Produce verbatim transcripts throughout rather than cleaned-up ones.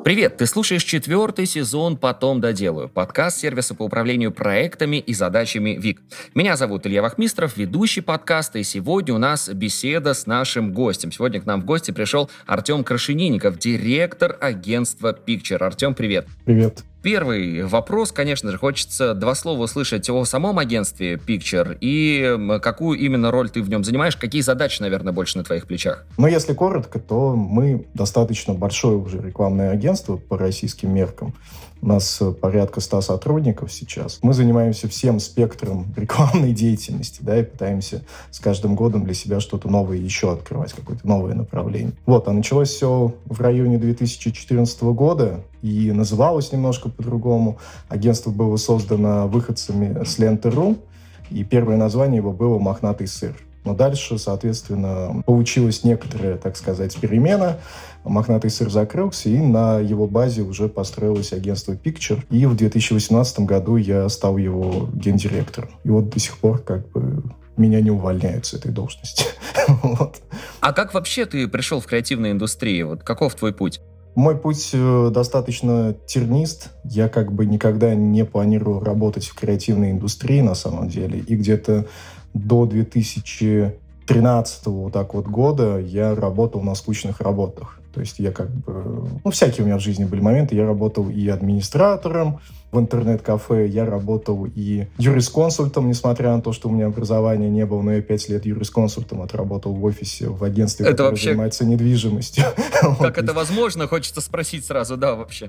Привет, ты слушаешь четвертый сезон «Потом доделаю» — подкаст сервиса по управлению проектами и задачами ВИК. Меня зовут Илья Вахмистров, ведущий подкаста, и сегодня у нас беседа с нашим гостем. Сегодня к нам в гости пришел Артем Крашенинников, директор агентства Picture. Артем, привет. Привет. Первый вопрос, конечно же, хочется два слова услышать о самом агентстве Picture и какую именно роль ты в нем занимаешь, какие задачи, наверное, больше на твоих плечах? Ну, если коротко, то мы достаточно большое уже рекламное агентство по российским меркам. У нас порядка ста сотрудников сейчас. Мы занимаемся всем спектром рекламной деятельности, да, и пытаемся с каждым годом для себя что-то новое еще открывать, какое-то новое направление. Вот, а началось все в районе две тысячи четырнадцатого года, и называлось немножко по-другому. Агентство было создано выходцами с ленты точка ру, и первое название его было «Мохнатый сыр». Но дальше, соответственно, получилась некоторая, так сказать, перемена. «Мохнатый сыр» закрылся, и на его базе уже построилось агентство Picture. И в две тысячи восемнадцатом году я стал его гендиректором. И вот до сих пор как бы меня не увольняют с этой должности. Вот. А как вообще ты пришел в креативную индустрию? Вот каков твой путь? Мой путь э, достаточно тернист. Я как бы никогда не планировал работать в креативной индустрии на самом деле. И где-то до две тысячи тринадцатого вот так вот года я работал на скучных работах. То есть я как бы... Ну, всякие у меня в жизни были моменты. Я работал и администратором в интернет-кафе, я работал и юрисконсультом, несмотря на то, что у меня образования не было, но я пять лет юрисконсультом отработал в офисе, в агентстве, это которое вообще... занимается недвижимостью. Как это возможно? Хочется спросить сразу, да, вообще.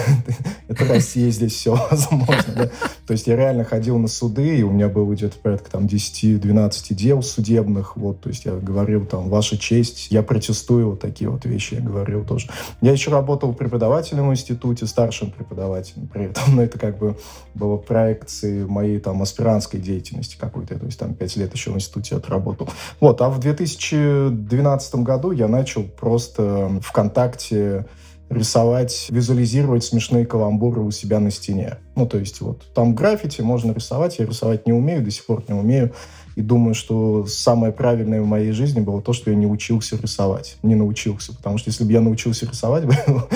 Это Россия, здесь все возможно. То есть я реально ходил на суды, и у меня было где-то порядка там десять-двенадцать дел судебных. Вот, то есть я говорил там «Ваша честь», я протестую, вот такие вот вещи я говорил тоже. Я еще работал преподавателем в институте, старшим преподавателем при этом, но это как бы было проекцией моей там аспирантской деятельности какой-то, то есть там пять лет еще в институте отработал. Вот, а в две тысячи двенадцатом году я начал просто ВКонтакте рисовать, визуализировать смешные каламбуры у себя на стене. Ну, то есть вот там граффити можно рисовать, я рисовать не умею, до сих пор не умею. И думаю, что самое правильное в моей жизни было то, что я не учился рисовать. Не научился. Потому что если бы я научился рисовать,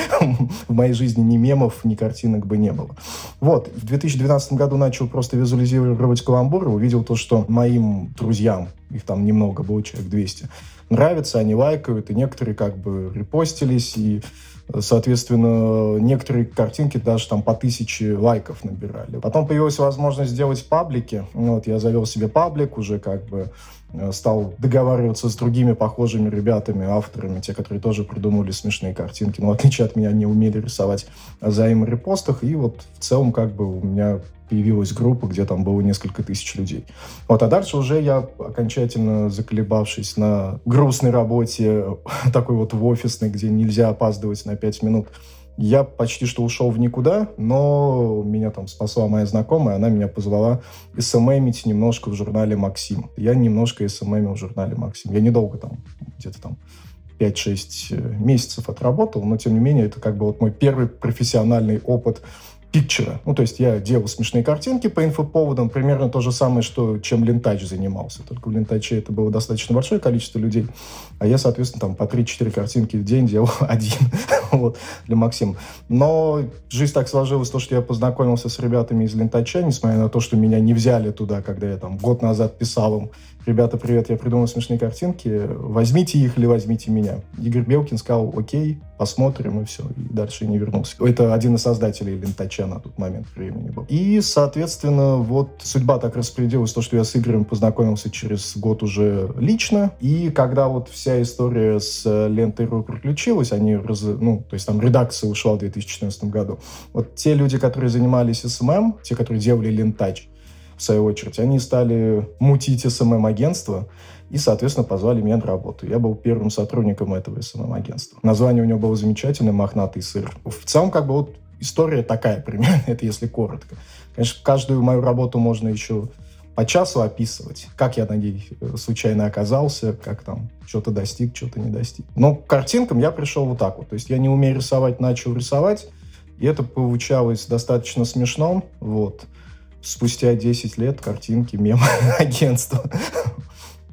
в моей жизни ни мемов, ни картинок бы не было. Вот. В две тысячи двенадцатом году начал просто визуализировать каламбуры. Увидел то, что моим друзьям, их там немного было, человек двести, нравится, они лайкают, и некоторые как бы репостились, и соответственно, некоторые картинки даже там по тысяче лайков набирали. Потом появилась возможность сделать паблики. Вот, я завел себе паблик, уже как бы стал договариваться с другими похожими ребятами, авторами, те, которые тоже придумывали смешные картинки. Но в отличие от меня, не умели рисовать взаиморепостах. И вот в целом как бы у меня появилась группа, где там было несколько тысяч людей. Вот, а дальше уже я, окончательно заколебавшись на грустной работе, такой вот в офисной, где нельзя опаздывать на пять минут, я почти что ушел в никуда, но меня там спасла моя знакомая, она меня позвала эс эм эм-ить немножко в журнале «Максим». Я немножко эс эм эм-ил в журнале «Максим». Я недолго там, где-то там пять-шесть месяцев отработал, но тем не менее это как бы вот мой первый профессиональный опыт Picture. Ну, то есть я делал смешные картинки по инфоповодам, примерно то же самое, что, чем Лентач занимался. Только в Лентаче это было достаточно большое количество людей, а я, соответственно, там по три-четыре картинки в день делал один вот, для Максима. Но жизнь так сложилась, то, что я познакомился с ребятами из Лентача, несмотря на то, что меня не взяли туда, когда я там год назад писал им: «Ребята, привет, я придумал смешные картинки, возьмите их или возьмите меня». Игорь Белкин сказал: «Окей, посмотрим», и все. И дальше не вернулся. Это один из создателей Лентача на тот момент времени был. И, соответственно, вот судьба так распорядилась, то, что я с Игорем познакомился через год уже лично. И когда вот вся история с лентой точка ру приключилась, они, раз, ну, то есть там редакция ушла в две тысячи четырнадцатом году. Вот те люди, которые занимались эс эм эм, те, которые делали Лентач, в свою очередь, они стали мутить эс эм эм-агентство и, соответственно, позвали меня на работу. Я был первым сотрудником этого эс эм эм-агентства. Название у него было замечательное — «Мохнатый сыр». В целом, как бы вот история такая примерно, это если коротко. Конечно, каждую мою работу можно еще по часу описывать, как я на ней случайно оказался, как там что-то достиг, что-то не достиг. Но к картинкам я пришел вот так вот. То есть я не умею рисовать, начал рисовать, и это получалось достаточно смешно. Вот. Спустя десять лет картинки, мем агентства.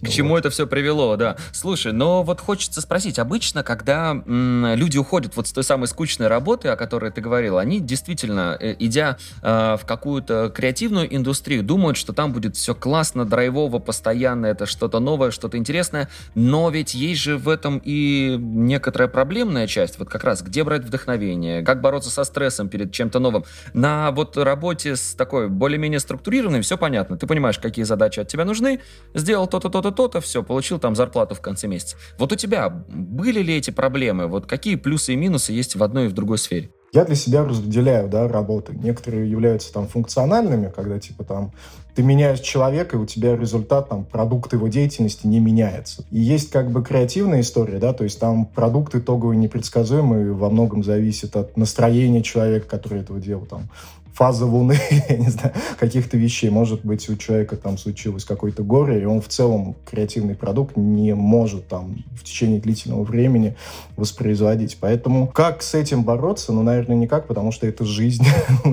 К чему Вот. это все привело, да. Слушай, но вот хочется спросить, обычно, когда м, люди уходят вот с той самой скучной работы, о которой ты говорил, они действительно, э, идя э, в какую-то креативную индустрию, думают, что там будет все классно, драйвово, постоянно, это что-то новое, что-то интересное, но ведь есть же в этом и некоторая проблемная часть, вот как раз, где брать вдохновение, как бороться со стрессом перед чем-то новым. На вот работе с такой более-менее структурированной все понятно, ты понимаешь, какие задачи от тебя нужны, сделал то-то, то-то, то-то, все, получил там зарплату в конце месяца. Вот у тебя были ли эти проблемы? Вот какие плюсы и минусы есть в одной и в другой сфере? Я для себя разделяю, да, работы. Некоторые являются там функциональными, когда типа там ты меняешь человека, и у тебя результат, там, продукт его деятельности не меняется. И есть как бы креативная история, да, то есть там продукт итоговый непредсказуемый, во многом зависит от настроения человека, который этого делал, там, фаза Луны, я не знаю, каких-то вещей. Может быть, у человека там случилось какое-то горе, и он в целом креативный продукт не может там в течение длительного времени воспроизводить. Поэтому как с этим бороться? Ну, наверное, никак, потому что это жизнь.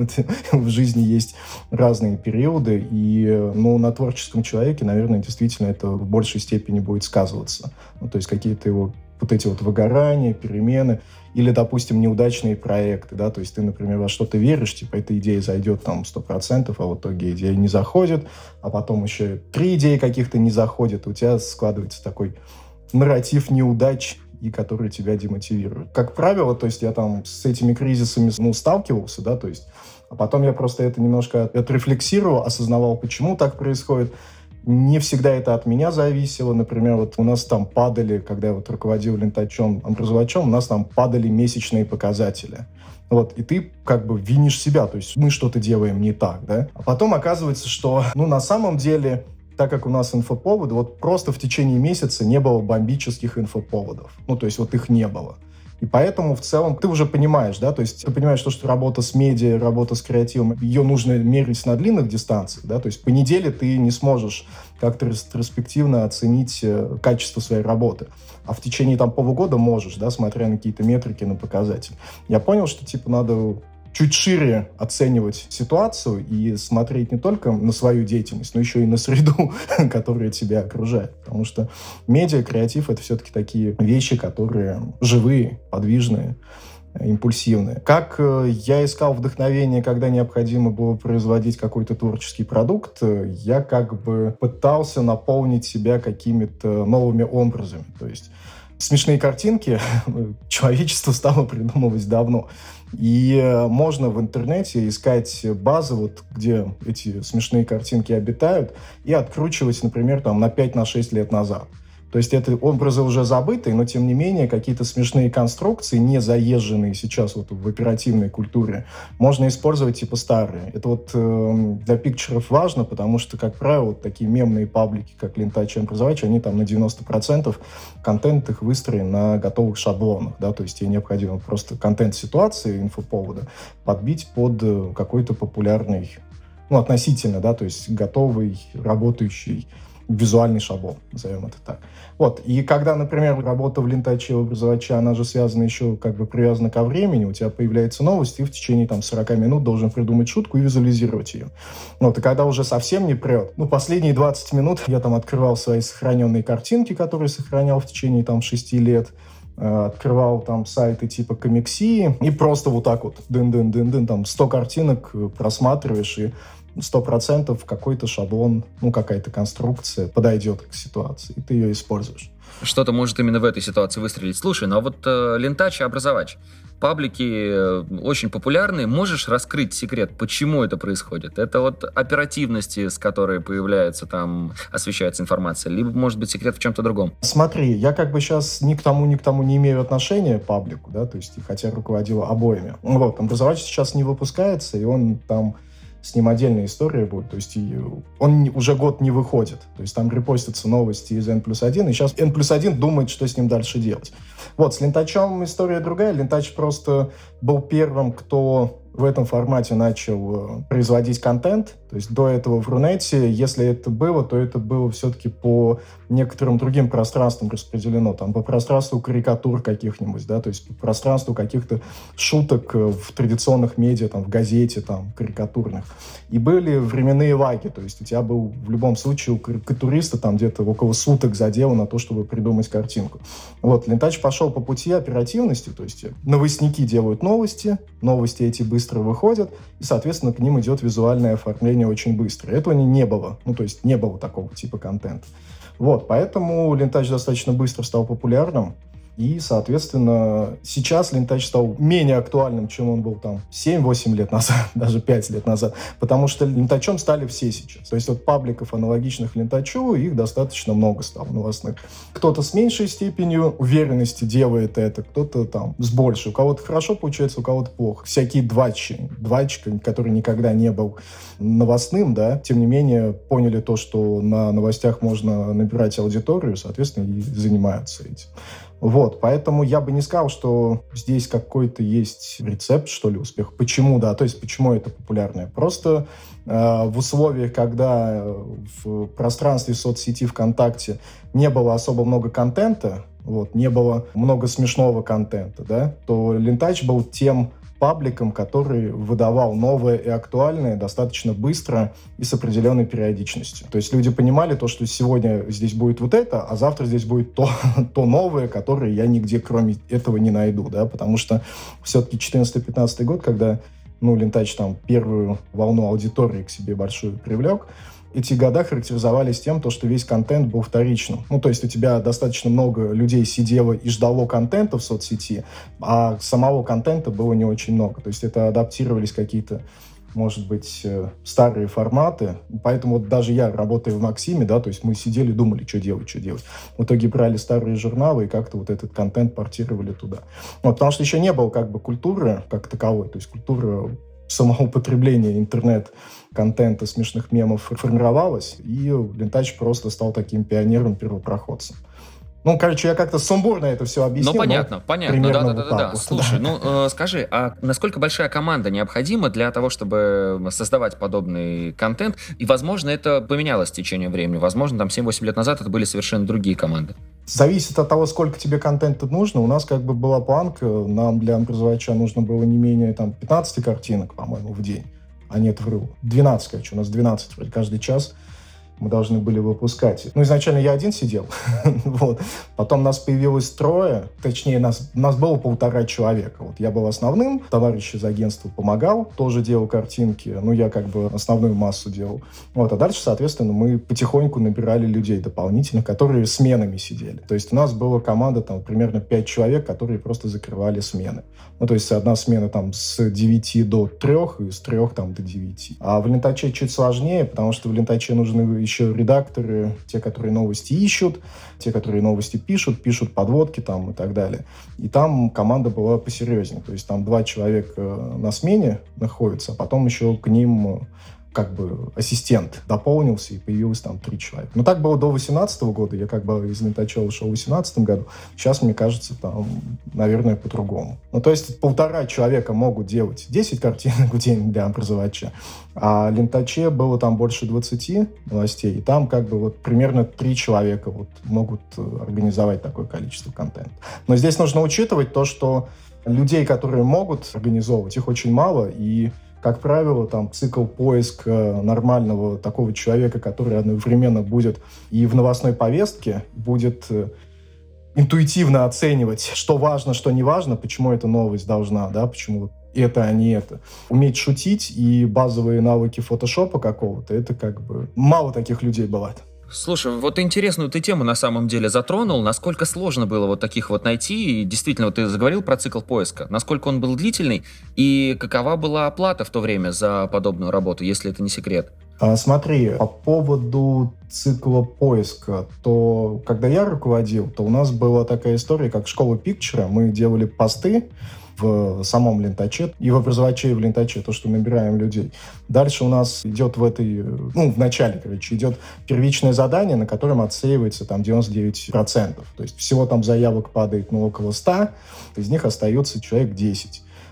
В жизни есть разные периоды, и ну, на творческом человеке, наверное, действительно это в большей степени будет сказываться. Ну, то есть какие-то его вот эти вот выгорания, перемены, или, допустим, неудачные проекты, да, то есть ты, например, во что-то веришь, типа, эта идея зайдет там сто процентов, а в итоге идея не заходит, а потом еще три идеи каких-то не заходят, у тебя складывается такой нарратив неудач, и который тебя демотивирует. Как правило, то есть я там с этими кризисами, ну, сталкивался, да, то есть, а потом я просто это немножко отрефлексировал, осознавал, почему так происходит. Не всегда это от меня зависело. Например, вот у нас там падали, когда я вот руководил лентачом, образовачом, у нас там падали месячные показатели. Вот, и ты как бы винишь себя, то есть мы что-то делаем не так, да? А потом оказывается, что, ну, на самом деле, так как у нас инфоповоды, вот просто в течение месяца не было бомбических инфоповодов. Ну, то есть вот их не было. И поэтому в целом ты уже понимаешь, да, то есть ты понимаешь, что, что работа с медиа, работа с креативом, ее нужно мерить на длинных дистанциях, да, то есть по неделе ты не сможешь как-то ретроспективно оценить качество своей работы, а в течение там полугода можешь, да, смотря на какие-то метрики, на показатели. Я понял, что типа надо чуть шире оценивать ситуацию и смотреть не только на свою деятельность, но еще и на среду, которая тебя окружает. Потому что медиа, креатив — это все-таки такие вещи, которые живые, подвижные, импульсивные. Как я искал вдохновение, когда необходимо было производить какой-то творческий продукт, я как бы пытался наполнить себя какими-то новыми образами. То есть смешные картинки человечество стало придумывать давно. И можно в интернете искать базы, вот, где эти смешные картинки обитают, и откручивать, например, там, на пять-шесть лет назад. То есть это образы уже забытые, но тем не менее какие-то смешные конструкции, не заезженные сейчас вот в оперативной культуре, можно использовать типа старые. Это вот э, для пикчеров важно, потому что, как правило, вот такие мемные паблики, как Лентач и Образовач, они там на девяносто процентов контент их выстроен на готовых шаблонах, да, то есть тебе необходимо просто контент ситуации, инфоповода подбить под какой-то популярный, ну, относительно, да, то есть готовый, работающий визуальный шаблон, назовем это так. Вот. И когда, например, работа в Лентаче, Образоваче, она же связана еще, как бы привязана ко времени, у тебя появляется новость, ты в течение там сорок минут должен придумать шутку и визуализировать ее. Вот. И когда уже совсем не прет, ну, последние двадцать минут я там открывал свои сохраненные картинки, которые сохранял в течение там шести лет, открывал там сайты типа Комиксии, и просто вот так вот дын-дын-дын-дын, там сто картинок просматриваешь, и сто процентов какой-то шаблон, ну, какая-то конструкция подойдет к ситуации, и ты ее используешь. Что-то может именно в этой ситуации выстрелить. Слушай, ну а вот э, Лентач и Образовач, паблики э, очень популярные. Можешь раскрыть секрет, почему это происходит? Это вот оперативности, с которой появляется там, освещается информация, либо, может быть, секрет в чем-то другом? Смотри, я как бы сейчас ни к тому, ни к тому не имею отношения паблику, да, то есть, хотя руководил обоими. Вот, Образовач сейчас не выпускается, и он там... С ним отдельная история будет, то есть он уже год не выходит, то есть там репостятся новости из Н плюс один, и сейчас Н плюс один думает, что с ним дальше делать. Вот, с Лентачом история другая. Лентач просто был первым, кто в этом формате начал производить контент. То есть до этого в Рунете, если это было, то это было все-таки по некоторым другим пространствам распределено. Там по пространству карикатур каких-нибудь, да, то есть по пространству каких-то шуток в традиционных медиа, там, в газете, там, карикатурных. И были временные лаги, то есть у тебя был в любом случае у карикатуриста там где-то около суток задела на то, чтобы придумать картинку. Вот, Лентач пошел по пути оперативности, то есть новостники делают новости, новости эти быстро выходят, и, соответственно, к ним идет визуальное оформление очень быстро. Этого не было, ну, то есть не было такого типа контента. Вот, поэтому Лентач достаточно быстро стал популярным, и, соответственно, сейчас Лентач стал менее актуальным, чем он был там семь-восемь лет назад, даже пять лет назад, потому что Лентачом стали все сейчас. То есть вот пабликов, аналогичных Лентачу, их достаточно много стало новостных. Кто-то с меньшей степенью уверенности делает это, кто-то там с большей. У кого-то хорошо получается, у кого-то плохо. Всякие двачи, двачка, который никогда не был новостным, да, тем не менее поняли то, что на новостях можно набирать аудиторию, соответственно, и занимаются этим. Вот, поэтому я бы не сказал, что здесь какой-то есть рецепт, что ли, успеха. Почему, да, то есть почему это популярное? Просто э, в условиях, когда в пространстве соцсети ВКонтакте не было особо много контента, вот, не было много смешного контента, да, то Лентач был тем пабликом, который выдавал новое и актуальное достаточно быстро и с определенной периодичностью. То есть люди понимали то, что сегодня здесь будет вот это, а завтра здесь будет то, то новое, которое я нигде кроме этого не найду, да, потому что все-таки четырнадцатый-пятнадцатый год, когда, ну, Лентач там первую волну аудитории к себе большую привлек, эти года характеризовались тем, что весь контент был вторичным. Ну, то есть у тебя достаточно много людей сидело и ждало контента в соцсети, а самого контента было не очень много. То есть это адаптировались какие-то, может быть, старые форматы. Поэтому вот даже я, работая в Максиме, да, то есть мы сидели, думали, что делать, что делать. В итоге брали старые журналы и как-то вот этот контент портировали туда. Вот, потому что еще не было как бы культуры как таковой, то есть культура самого потребления интернет-контента, смешных мемов формировалась, и Лентач просто стал таким пионером-первопроходцем. Ну, короче, я как-то сумбурно это все объяснил. Ну, понятно, понятно, да-да-да. Вот, слушай, да. ну, э, скажи, а насколько большая команда необходима для того, чтобы создавать подобный контент? И, возможно, это поменялось с течением времени. Возможно, там семь-восемь лет назад это были совершенно другие команды. Зависит от того, сколько тебе контента нужно. У нас как бы была планка, нам для образовача нужно было не менее там пятнадцать картинок, по-моему, в день. А нет, вру. двенадцать, короче, у нас двенадцать вроде каждый час мы должны были выпускать. Ну, изначально я один сидел, вот. Потом нас появилось трое, точнее, нас, нас было полтора человека. Вот я был основным, товарищ из агентства помогал, тоже делал картинки, ну, я как бы основную массу делал. Вот, а дальше, соответственно, мы потихоньку набирали людей дополнительных, которые сменами сидели. То есть у нас была команда, там, примерно пять человек, которые просто закрывали смены. Ну, то есть одна смена там с девяти до трех и с трех там до девяти. А в Лентаче чуть сложнее, потому что в Лентаче нужны еще редакторы, те, которые новости ищут, те, которые новости пишут, пишут подводки там и так далее. И там команда была посерьезнее. То есть там два человека на смене находятся, а потом еще к ним как бы ассистент дополнился, и появилось там три человека. Но так было до восемнадцатого года. Я как бы из Лентача ушел в восемнадцатом году. Сейчас, мне кажется, там, наверное, по-другому. Ну, то есть полтора человека могут делать десять картинок в день для образовача, а в Лентаче было там больше двадцати новостей, и там как бы вот примерно три человека вот могут организовать такое количество контента. Но здесь нужно учитывать то, что людей, которые могут организовывать, их очень мало, и как правило, там цикл поиска нормального такого человека, который одновременно будет и в новостной повестке, будет интуитивно оценивать, что важно, что не важно, почему эта новость должна, да, почему это, а не это. Уметь шутить и базовые навыки фотошопа какого-то, это как бы мало таких людей бывает. Слушай, вот интересную ты тему на самом деле затронул. Насколько сложно было вот таких вот найти? И действительно, вот ты заговорил про цикл поиска. Насколько он был длительный? И какова была оплата в то время за подобную работу, если это не секрет? А, смотри, по поводу цикла поиска, то когда я руководил, то у нас была такая история, как школа Пикчера. Мы делали посты в самом Лентаче и в образоваче, и в Лентаче, то, что набираем людей. Дальше у нас идет в этой, ну, в начале, короче, идет первичное задание, на котором отсеивается там девяносто девять процентов. То есть всего там заявок падает, ну, около ста, из них остается человек десять.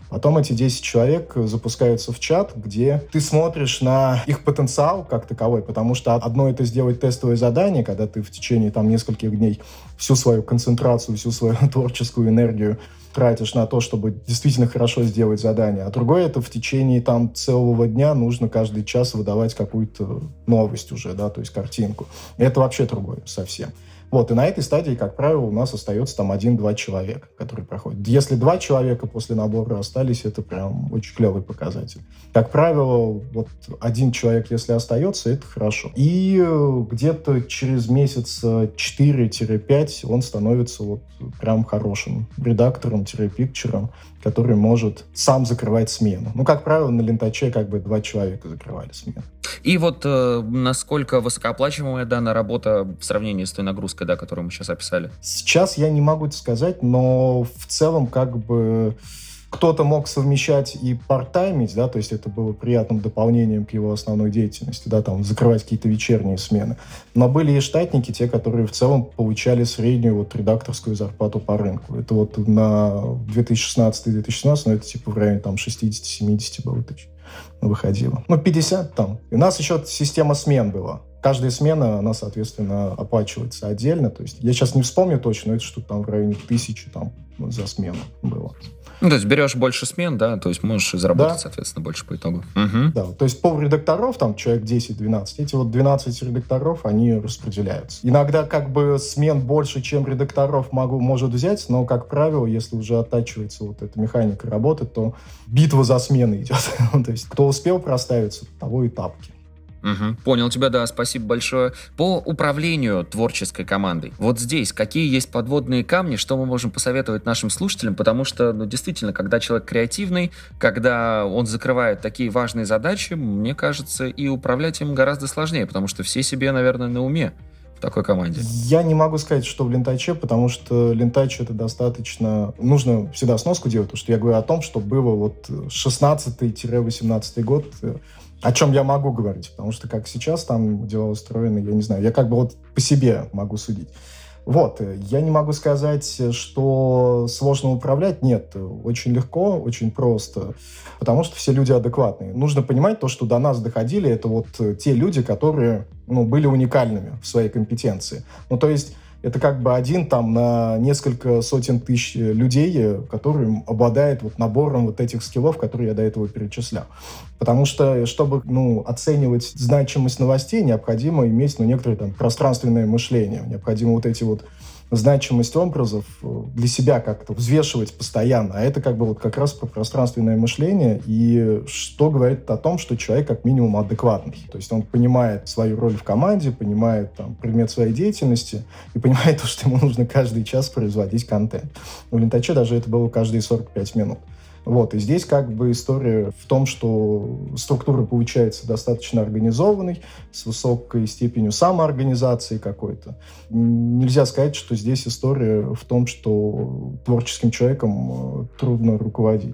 Потом эти десять человек запускаются в чат, где ты смотришь на их потенциал как таковой, потому что одно это сделать тестовое задание, когда ты в течение там нескольких дней всю свою концентрацию, всю свою творческую энергию тратишь на то, чтобы действительно хорошо сделать задание. А другое это в течение там целого дня нужно каждый час выдавать какую-то новость уже, да, то есть картинку. И это вообще другое совсем. Вот, и на этой стадии, как правило, у нас остается там один-два человека, которые проходят. Если два человека после набора остались, это прям очень клевый показатель. Как правило, вот один человек, если остается, это хорошо. И где-то через месяца четыре-пять он становится вот прям хорошим редактором-пикчером, который может сам закрывать смену. Ну, как правило, на Лентаче как бы два человека закрывали смену. И вот э, насколько высокооплачиваемая данная работа в сравнении с той нагрузкой, да, которую мы сейчас описали? Сейчас я не могу это сказать, но в целом как бы кто-то мог совмещать и парт-таймить, да, то есть это было приятным дополнением к его основной деятельности, да, там, закрывать какие-то вечерние смены. Но были и штатники, те, которые в целом получали среднюю вот редакторскую зарплату по рынку. Это вот на две тысячи шестнадцатый - две тысячи семнадцатый, ну, это типа в районе там шестьдесят-семьдесят было тысяч выходило. Ну, пятьдесят там. И у нас еще система смен была. Каждая смена, она, соответственно, оплачивается отдельно. То есть я сейчас не вспомню точно, но это что-то там в районе тысячи там за смену было. Ну, то есть берешь больше смен, да, то есть можешь заработать, да, соответственно, больше по итогу. Угу. Да, то есть пол-редакторов, там, человек десять-двенадцать, эти вот двенадцать редакторов, они распределяются. Иногда как бы смен больше, чем редакторов могу, может взять, но, как правило, если уже оттачивается вот эта механика работы, то битва за смены идет. То есть кто успел проставиться, того и тапки. Угу. Понял тебя, да, спасибо большое. По управлению творческой командой. Вот здесь какие есть подводные камни, что мы можем посоветовать нашим слушателям, потому что, ну, действительно, когда человек креативный, когда он закрывает такие важные задачи, мне кажется, и управлять им гораздо сложнее, потому что все себе, наверное, на уме в такой команде. Я не могу сказать, что в Лентаче, потому что Лентач это достаточно... Нужно всегда сноску делать, потому что я говорю о том, что было вот шестнадцатый-восемнадцатый год, о чем я могу говорить, потому что как сейчас там дела устроены, я не знаю, я как бы вот по себе могу судить. Вот, я не могу сказать, что сложно управлять, нет, очень легко, очень просто, потому что все люди адекватные. Нужно понимать то, что до нас доходили, это вот те люди, которые, ну, были уникальными в своей компетенции. Ну, то есть это как бы один там на несколько сотен тысяч людей, которые обладают вот набором вот этих скиллов, которые я до этого перечислял. Потому что, чтобы, ну, оценивать значимость новостей, необходимо иметь, ну, некоторое там пространственное мышление. Необходимо вот эти вот значимость образов для себя как-то взвешивать постоянно. А это как бы вот как раз про пространственное мышление, и что говорит о том, что человек как минимум адекватный. То есть он понимает свою роль в команде, понимает там предмет своей деятельности и понимает то, что ему нужно каждый час производить контент. У Лентача даже это было каждые сорок пять минут. Вот, и здесь как бы история в том, что структура получается достаточно организованной, с высокой степенью самоорганизации какой-то. Нельзя сказать, что здесь история в том, что творческим человеком трудно руководить.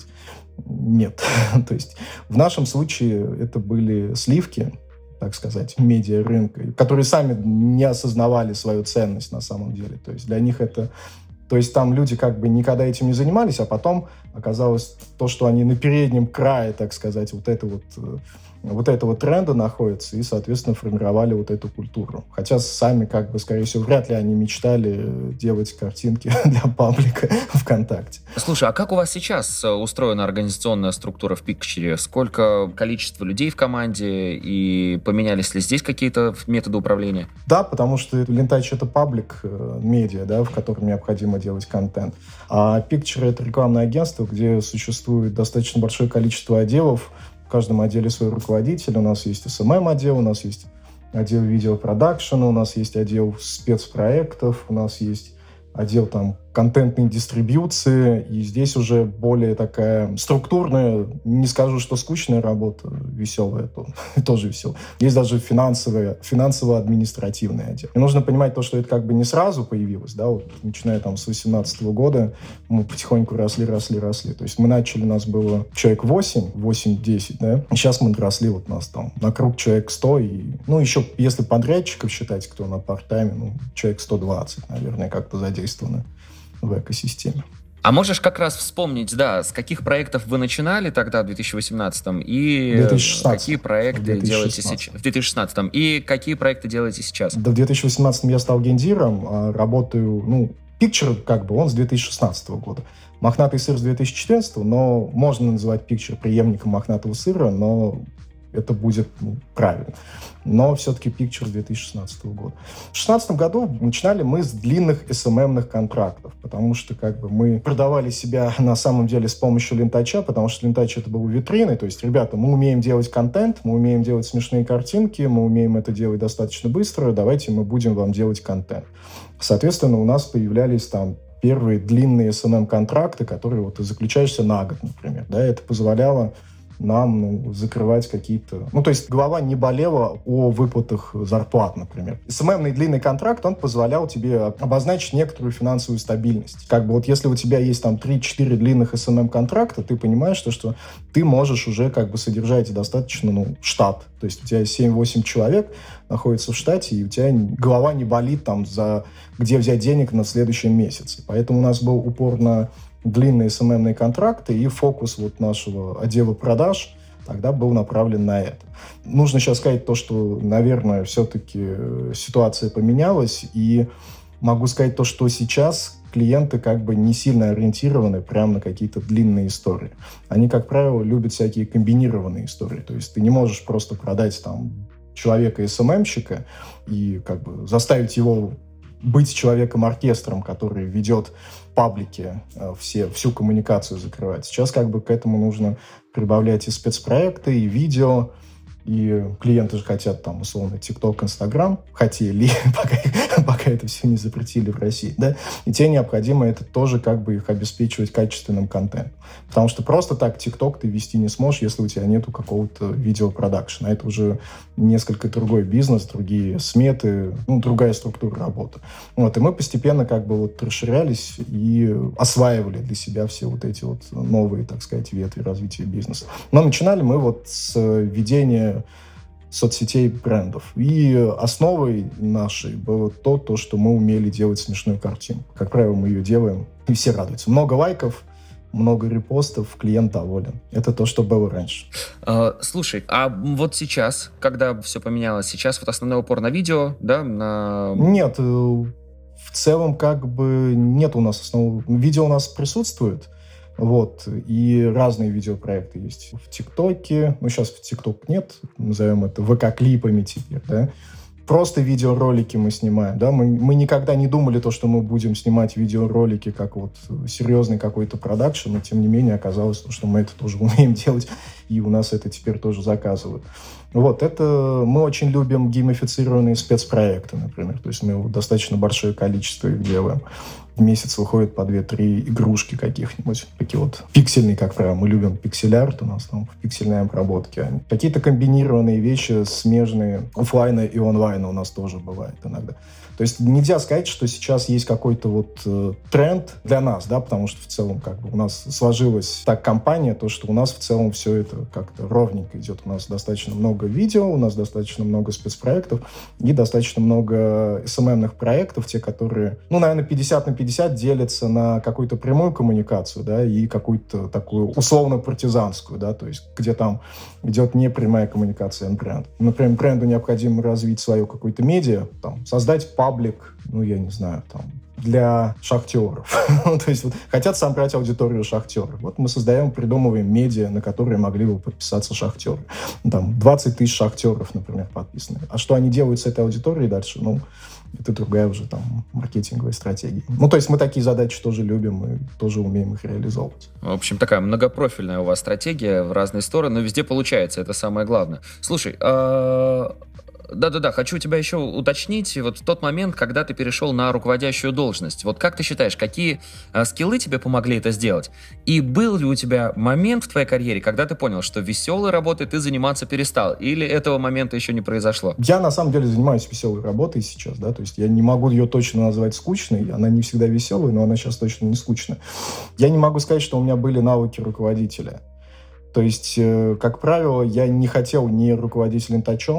Нет. То есть в нашем случае это были сливки, так сказать, медиарынка, которые сами не осознавали свою ценность на самом деле. То есть для них это... То есть там люди как бы никогда этим не занимались, а потом оказалось то, что они на переднем крае, так сказать, вот, это вот, вот этого тренда находятся и, соответственно, формировали вот эту культуру. Хотя сами, как бы, скорее всего, вряд ли они мечтали делать картинки для паблика ВКонтакте. Слушай, а как у вас сейчас устроена организационная структура в Picture? Сколько количество людей в команде и поменялись ли здесь какие-то методы управления? Да, потому что Лентач — это паблик медиа, да, в котором необходимо делать контент. А Picture — это рекламное агентство, где существует достаточно большое количество отделов. В каждом отделе свой руководитель. У нас есть эс эм эм-отдел, у нас есть отдел видеопродакшена, у нас есть отдел спецпроектов, у нас есть отдел там контентной дистрибьюции, и здесь уже более такая структурная, не скажу, что скучная работа, веселая, то, тоже веселая. Есть даже финансовая, финансово-административный отдел. И нужно понимать то, что это как бы не сразу появилось, да, вот, начиная там с восемнадцатого года, мы потихоньку росли, росли, росли. То есть мы начали, у нас было человек восемь, восемь-десять, да, и сейчас мы доросли, вот нас там на круг человек сто, и, ну, еще, если подрядчиков считать, кто на парт-тайме, ну, человек сто двадцать, наверное, как-то задействованы в экосистеме. А можешь как раз вспомнить, да, с каких проектов вы начинали тогда в две тысячи восемнадцатом и две тысячи шестнадцатом. какие проекты две тысячи делаете шестнадцатом. сейчас? В две тысячи шестнадцатом. И какие проекты делаете сейчас? Да, в две тысячи восемнадцатом я стал гендиром, работаю, ну, Picture, как бы, он с две тысячи шестнадцатого года. Мохнатый сыр с две тысячи четырнадцатого, но можно называть Picture преемником мохнатого сыра, но это будет ну, правильно. Но все-таки Picture с две тысячи шестнадцатого года. В две тысячи шестнадцатом году начинали мы с длинных эс эм эм-ных контрактов, потому что как бы мы продавали себя на самом деле с помощью лентача, потому что лентач это был витриной. То есть, ребята, мы умеем делать контент, мы умеем делать смешные картинки, мы умеем это делать достаточно быстро, давайте мы будем вам делать контент. Соответственно, у нас появлялись там первые длинные эс эм эм-контракты, которые вот заключаешься на год, например. Да, это позволяло нам ну, закрывать какие-то... Ну, то есть голова не болела о выплатах зарплат, например. эс эм эм-ный длинный контракт, он позволял тебе обозначить некоторую финансовую стабильность. Как бы вот если у тебя есть там три-четыре длинных эс эм эм-контракта, ты понимаешь, что, что ты можешь уже как бы содержать достаточно ну, штат. То есть у тебя семь-восемь человек находится в штате, и у тебя голова не болит там за где взять денег на следующем месяце. Поэтому у нас был упор на длинные эс эм эм-ные контракты, и фокус вот нашего отдела продаж тогда был направлен на это. Нужно сейчас сказать то, что, наверное, все-таки ситуация поменялась, и могу сказать то, что сейчас клиенты как бы не сильно ориентированы прямо на какие-то длинные истории. Они, как правило, любят всякие комбинированные истории. То есть ты не можешь просто продать там человека эс эм эм-щика и как бы заставить его быть человеком-оркестром, который ведет паблики, все, всю коммуникацию закрывать. Сейчас как бы к этому нужно прибавлять и спецпроекты, и видео, и клиенты же хотят там, условно, TikTok, Instagram, хотели, пока, пока это все не запретили в России, да, и тебе необходимо это тоже как бы их обеспечивать качественным контентом. Потому что просто так TikTok ты вести не сможешь, если у тебя нету какого-то видеопродакшена. Это уже несколько другой бизнес, другие сметы, ну, другая структура работы. Вот, и мы постепенно как бы вот расширялись и осваивали для себя все вот эти вот новые, так сказать, ветви развития бизнеса. Но начинали мы вот с ведения соцсетей брендов. И основой нашей было то, то, что мы умели делать смешную картинку. Как правило, мы ее делаем, и все радуются. Много лайков, много репостов, клиент доволен. Это то, что было раньше. А, слушай, а вот сейчас, когда все поменялось, сейчас вот основной упор на видео, да? На... Нет, в целом как бы нет у нас основного... Видео у нас присутствует, вот, и разные видеопроекты есть в ТикТоке, ну, сейчас в ТикТок нет, назовем это ВК-клипами теперь, да, просто видеоролики мы снимаем, да, мы, мы никогда не думали то, что мы будем снимать видеоролики как вот серьезный какой-то продакшн, но тем не менее оказалось, что мы это тоже умеем делать, и у нас это теперь тоже заказывают. Вот, это мы очень любим геймифицированные спецпроекты, например, то есть мы достаточно большое количество их делаем. В месяц выходит по две-три игрушки каких-нибудь. Такие вот пиксельные, как правило. Мы любим пиксель-арт у нас там в пиксельной обработке. Какие-то комбинированные вещи, смежные офлайна и онлайна у нас тоже бывает иногда. То есть нельзя сказать, что сейчас есть какой-то вот э, тренд для нас, да, потому что в целом как бы у нас сложилась так компания, то, что у нас в целом все это как-то ровненько идет. У нас достаточно много видео, у нас достаточно много спецпроектов и достаточно много эс эм эм-ных проектов, те, которые, ну, наверное, пятьдесят на пятьдесят делятся на какую-то прямую коммуникацию, да, и какую-то такую условно-партизанскую, да, то есть где там идет не прямая коммуникация с брендом. Например, бренду необходимо развить свое какое-то медиа, там, создать паблик, ну, я не знаю, там, для шахтеров. То есть вот, хотят собрать аудиторию шахтеров. Вот мы создаем, придумываем медиа, на которые могли бы подписаться шахтеры. Там двадцать тысяч шахтеров, например, подписаны. А что они делают с этой аудиторией дальше? Ну, это другая уже там маркетинговая стратегия. Ну, то есть мы такие задачи тоже любим и тоже умеем их реализовывать. В общем, такая многопрофильная у вас стратегия в разные стороны, но везде получается, это самое главное. Слушай, а... Да-да-да, хочу тебя еще уточнить. Вот в тот момент, когда ты перешел на руководящую должность, вот как ты считаешь, какие а, скиллы тебе помогли это сделать? И был ли у тебя момент в твоей карьере, когда ты понял, что веселой работой ты заниматься перестал? Или этого момента еще не произошло? Я, на самом деле, занимаюсь веселой работой сейчас, да, то есть я не могу ее точно назвать скучной, она не всегда веселая, но она сейчас точно не скучная. Я не могу сказать, что у меня были навыки руководителя. То есть, э, как правило, я не хотел ни руководить лентачом,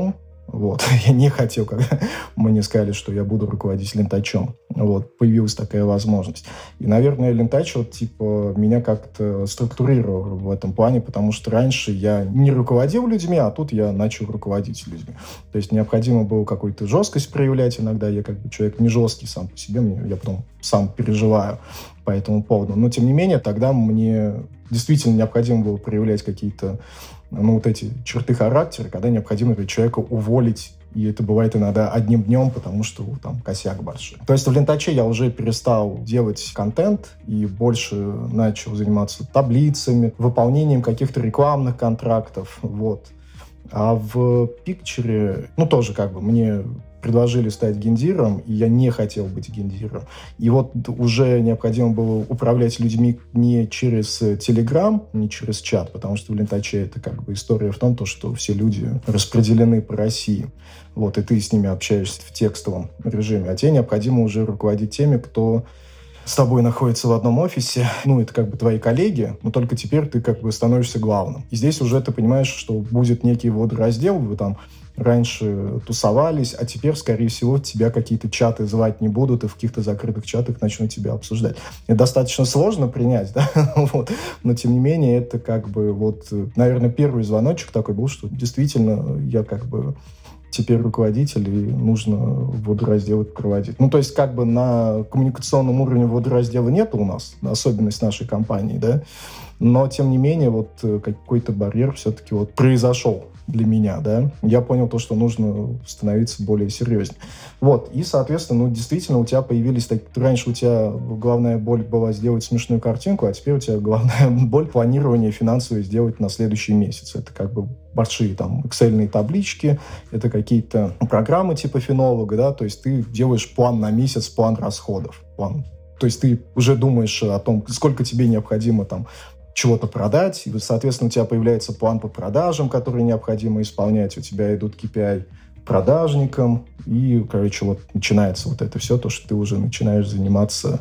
Вот. Я не хотел, когда мне сказали, что я буду руководить Лентачом. Вот. Появилась такая возможность. И, наверное, Лентач вот, типа, меня как-то структурировал в этом плане, потому что раньше я не руководил людьми, а тут я начал руководить людьми. То есть необходимо было какую-то жесткость проявлять иногда. Я как бы человек не жесткий сам по себе, мне, я потом сам переживаю по этому поводу. Но, тем не менее, тогда мне действительно необходимо было проявлять какие-то ну, вот эти черты характера, когда необходимо этого человека уволить, и это бывает иногда одним днем, потому что там косяк большой. То есть в Лентаче я уже перестал делать контент и больше начал заниматься таблицами, выполнением каких-то рекламных контрактов, вот. А в Пикчере, ну, тоже как бы мне предложили стать гендиром, и я не хотел быть гендиром. И вот уже необходимо было управлять людьми не через Telegram, не через чат, потому что в Лентаче это как бы история в том, то, что все люди распределены по России. Вот, и ты с ними общаешься в текстовом режиме. А тебе необходимо уже руководить теми, кто с тобой находится в одном офисе. Ну, это как бы твои коллеги, но только теперь ты как бы становишься главным. И здесь уже ты понимаешь, что будет некий водораздел, вы там раньше тусовались, а теперь, скорее всего, тебя какие-то чаты звать не будут, и в каких-то закрытых чатах начнут тебя обсуждать. Это достаточно сложно принять, да, вот. Но, тем не менее, это как бы вот, наверное, первый звоночек такой был, что действительно я как бы теперь руководитель, и нужно водоразделы проводить. Ну, то есть, как бы на коммуникационном уровне водораздела нет у нас, особенность нашей компании, да, но, тем не менее, вот какой-то барьер все-таки вот произошел для меня, да. Я понял то, что нужно становиться более серьезнее. Вот, и, соответственно, ну, действительно, у тебя появились такие... Раньше у тебя главная боль была сделать смешную картинку, а теперь у тебя главная боль планирование финансовое сделать на следующий месяц. Это как бы большие там эксельные таблички, это какие-то программы типа фенолога, да, то есть ты делаешь план на месяц, план расходов, план. То есть ты уже думаешь о том, сколько тебе необходимо там чего-то продать, и, соответственно, у тебя появляется план по продажам, который необходимо исполнять, у тебя идут кей пи ай продажникам, и, короче, вот начинается вот это все, то, что ты уже начинаешь заниматься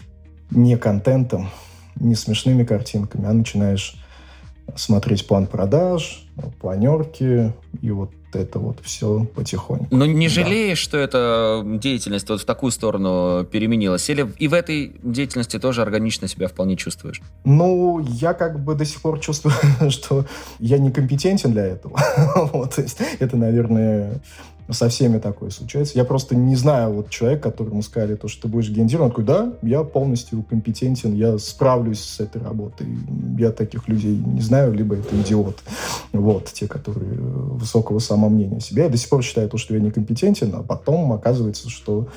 не контентом, не смешными картинками, а начинаешь смотреть план продаж, планерки, и вот это вот все потихоньку. Но не да. жалеешь, что эта деятельность вот в такую сторону переменилась? Или и в этой деятельности тоже органично себя вполне чувствуешь? Ну, я как бы до сих пор чувствую, что я некомпетентен для этого. Вот, то есть это, наверное, со всеми такое случается. Я просто не знаю вот человека, которому сказали, то, что ты будешь гендиром. Он такой, да, я полностью компетентен, я справлюсь с этой работой. Я таких людей не знаю, либо это идиот. Вот, те, которые высокого самомнения о себе. Я до сих пор считаю то, что я некомпетентен, а потом оказывается, что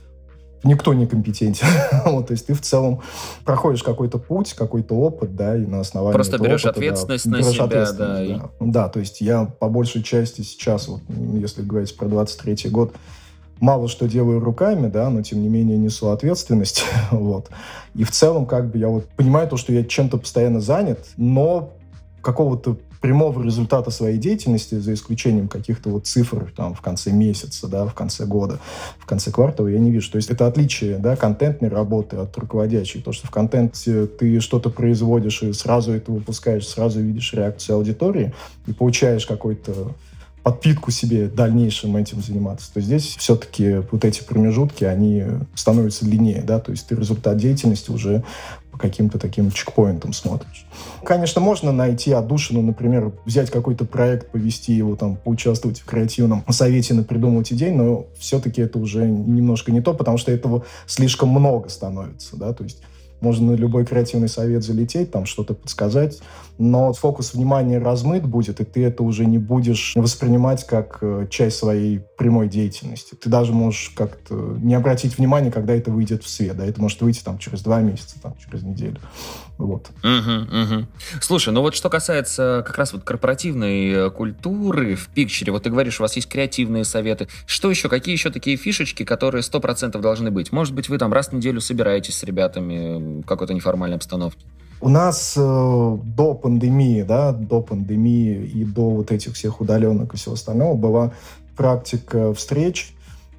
никто не компетентен. Вот, то есть ты в целом проходишь какой-то путь, какой-то опыт, да, и на основании Просто этого берешь опыта, ответственность да, на берешь себя, ответственность, да. да. И... Да, то есть я по большей части сейчас, вот, если говорить про двадцать третий год, мало что делаю руками, да, но тем не менее несу ответственность, вот. И в целом как бы я вот понимаю то, что я чем-то постоянно занят, но какого-то прямого результата своей деятельности, за исключением каких-то вот цифр там в конце месяца, да, в конце года, в конце квартала, я не вижу. То есть это отличие, да, контентной работы от руководящей. То, что в контенте ты что-то производишь и сразу это выпускаешь, сразу видишь реакцию аудитории и получаешь какой-то подпитку себе дальнейшим этим заниматься, то здесь все-таки вот эти промежутки, они становятся длиннее, да, то есть ты результат деятельности уже по каким-то таким чекпоинтам смотришь. Конечно, можно найти отдушину, например, взять какой-то проект, повести его, там, поучаствовать в креативном совете на «Придумать идей», но все-таки это уже немножко не то, потому что этого слишком много становится, да, то есть можно на любой креативный совет залететь, там что-то подсказать, но фокус внимания размыт будет, и ты это уже не будешь воспринимать как э, часть своей прямой деятельности. Ты даже можешь как-то не обратить внимания, когда это выйдет в свет. Да? Это может выйти там, через два месяца, там, через неделю. Вот. Угу, угу. Слушай, ну вот что касается как раз вот корпоративной культуры в Пикчере, вот ты говоришь, у вас есть креативные советы. Что еще? Какие еще такие фишечки, которые сто процентов должны быть? Может быть, вы там раз в неделю собираетесь с ребятами в какой-то неформальной обстановке? У нас э, до пандемии, да, до пандемии и до вот этих всех удаленок и всего остального была практика встреч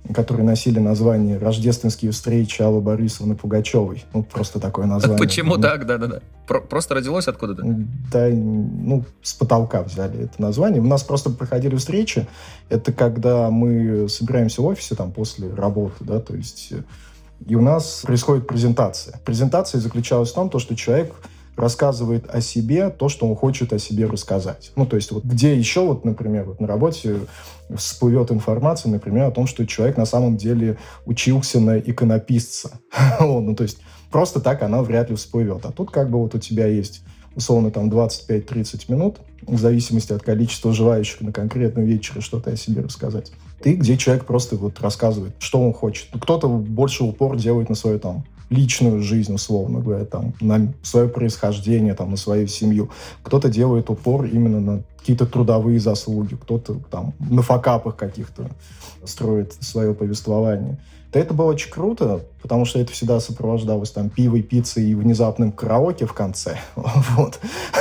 которые носили название «Рождественские встречи Аллы Борисовны Пугачевой». Ну, просто такое название. Почему ну, так? Да-да-да. Просто родилось откуда-то? Да, ну, с потолка взяли это название. У нас просто проходили встречи. Это когда мы собираемся в офисе там после работы, да, то есть... И у нас происходит презентация. Презентация заключалась в том, что человек рассказывает о себе то, что он хочет о себе рассказать. Ну, то есть вот где еще, вот, например, вот на работе всплывет информация, например, о том, что человек на самом деле учился на иконописца. Ну, то есть просто так она вряд ли всплывет. А тут как бы вот у тебя есть условно там двадцать пять тридцать минут, в зависимости от количества желающих на конкретном вечере что-то о себе рассказать. Ты, где человек просто вот рассказывает, что он хочет. Кто-то больше упор делает на свою там личную жизнь, условно говоря, там, на свое происхождение, там, на свою семью. Кто-то делает упор именно на какие-то трудовые заслуги, кто-то там на факапах каких-то строит свое повествование. Да, это было очень круто, потому что это всегда сопровождалось там пивой, пиццей и внезапным караоке в конце. Вот.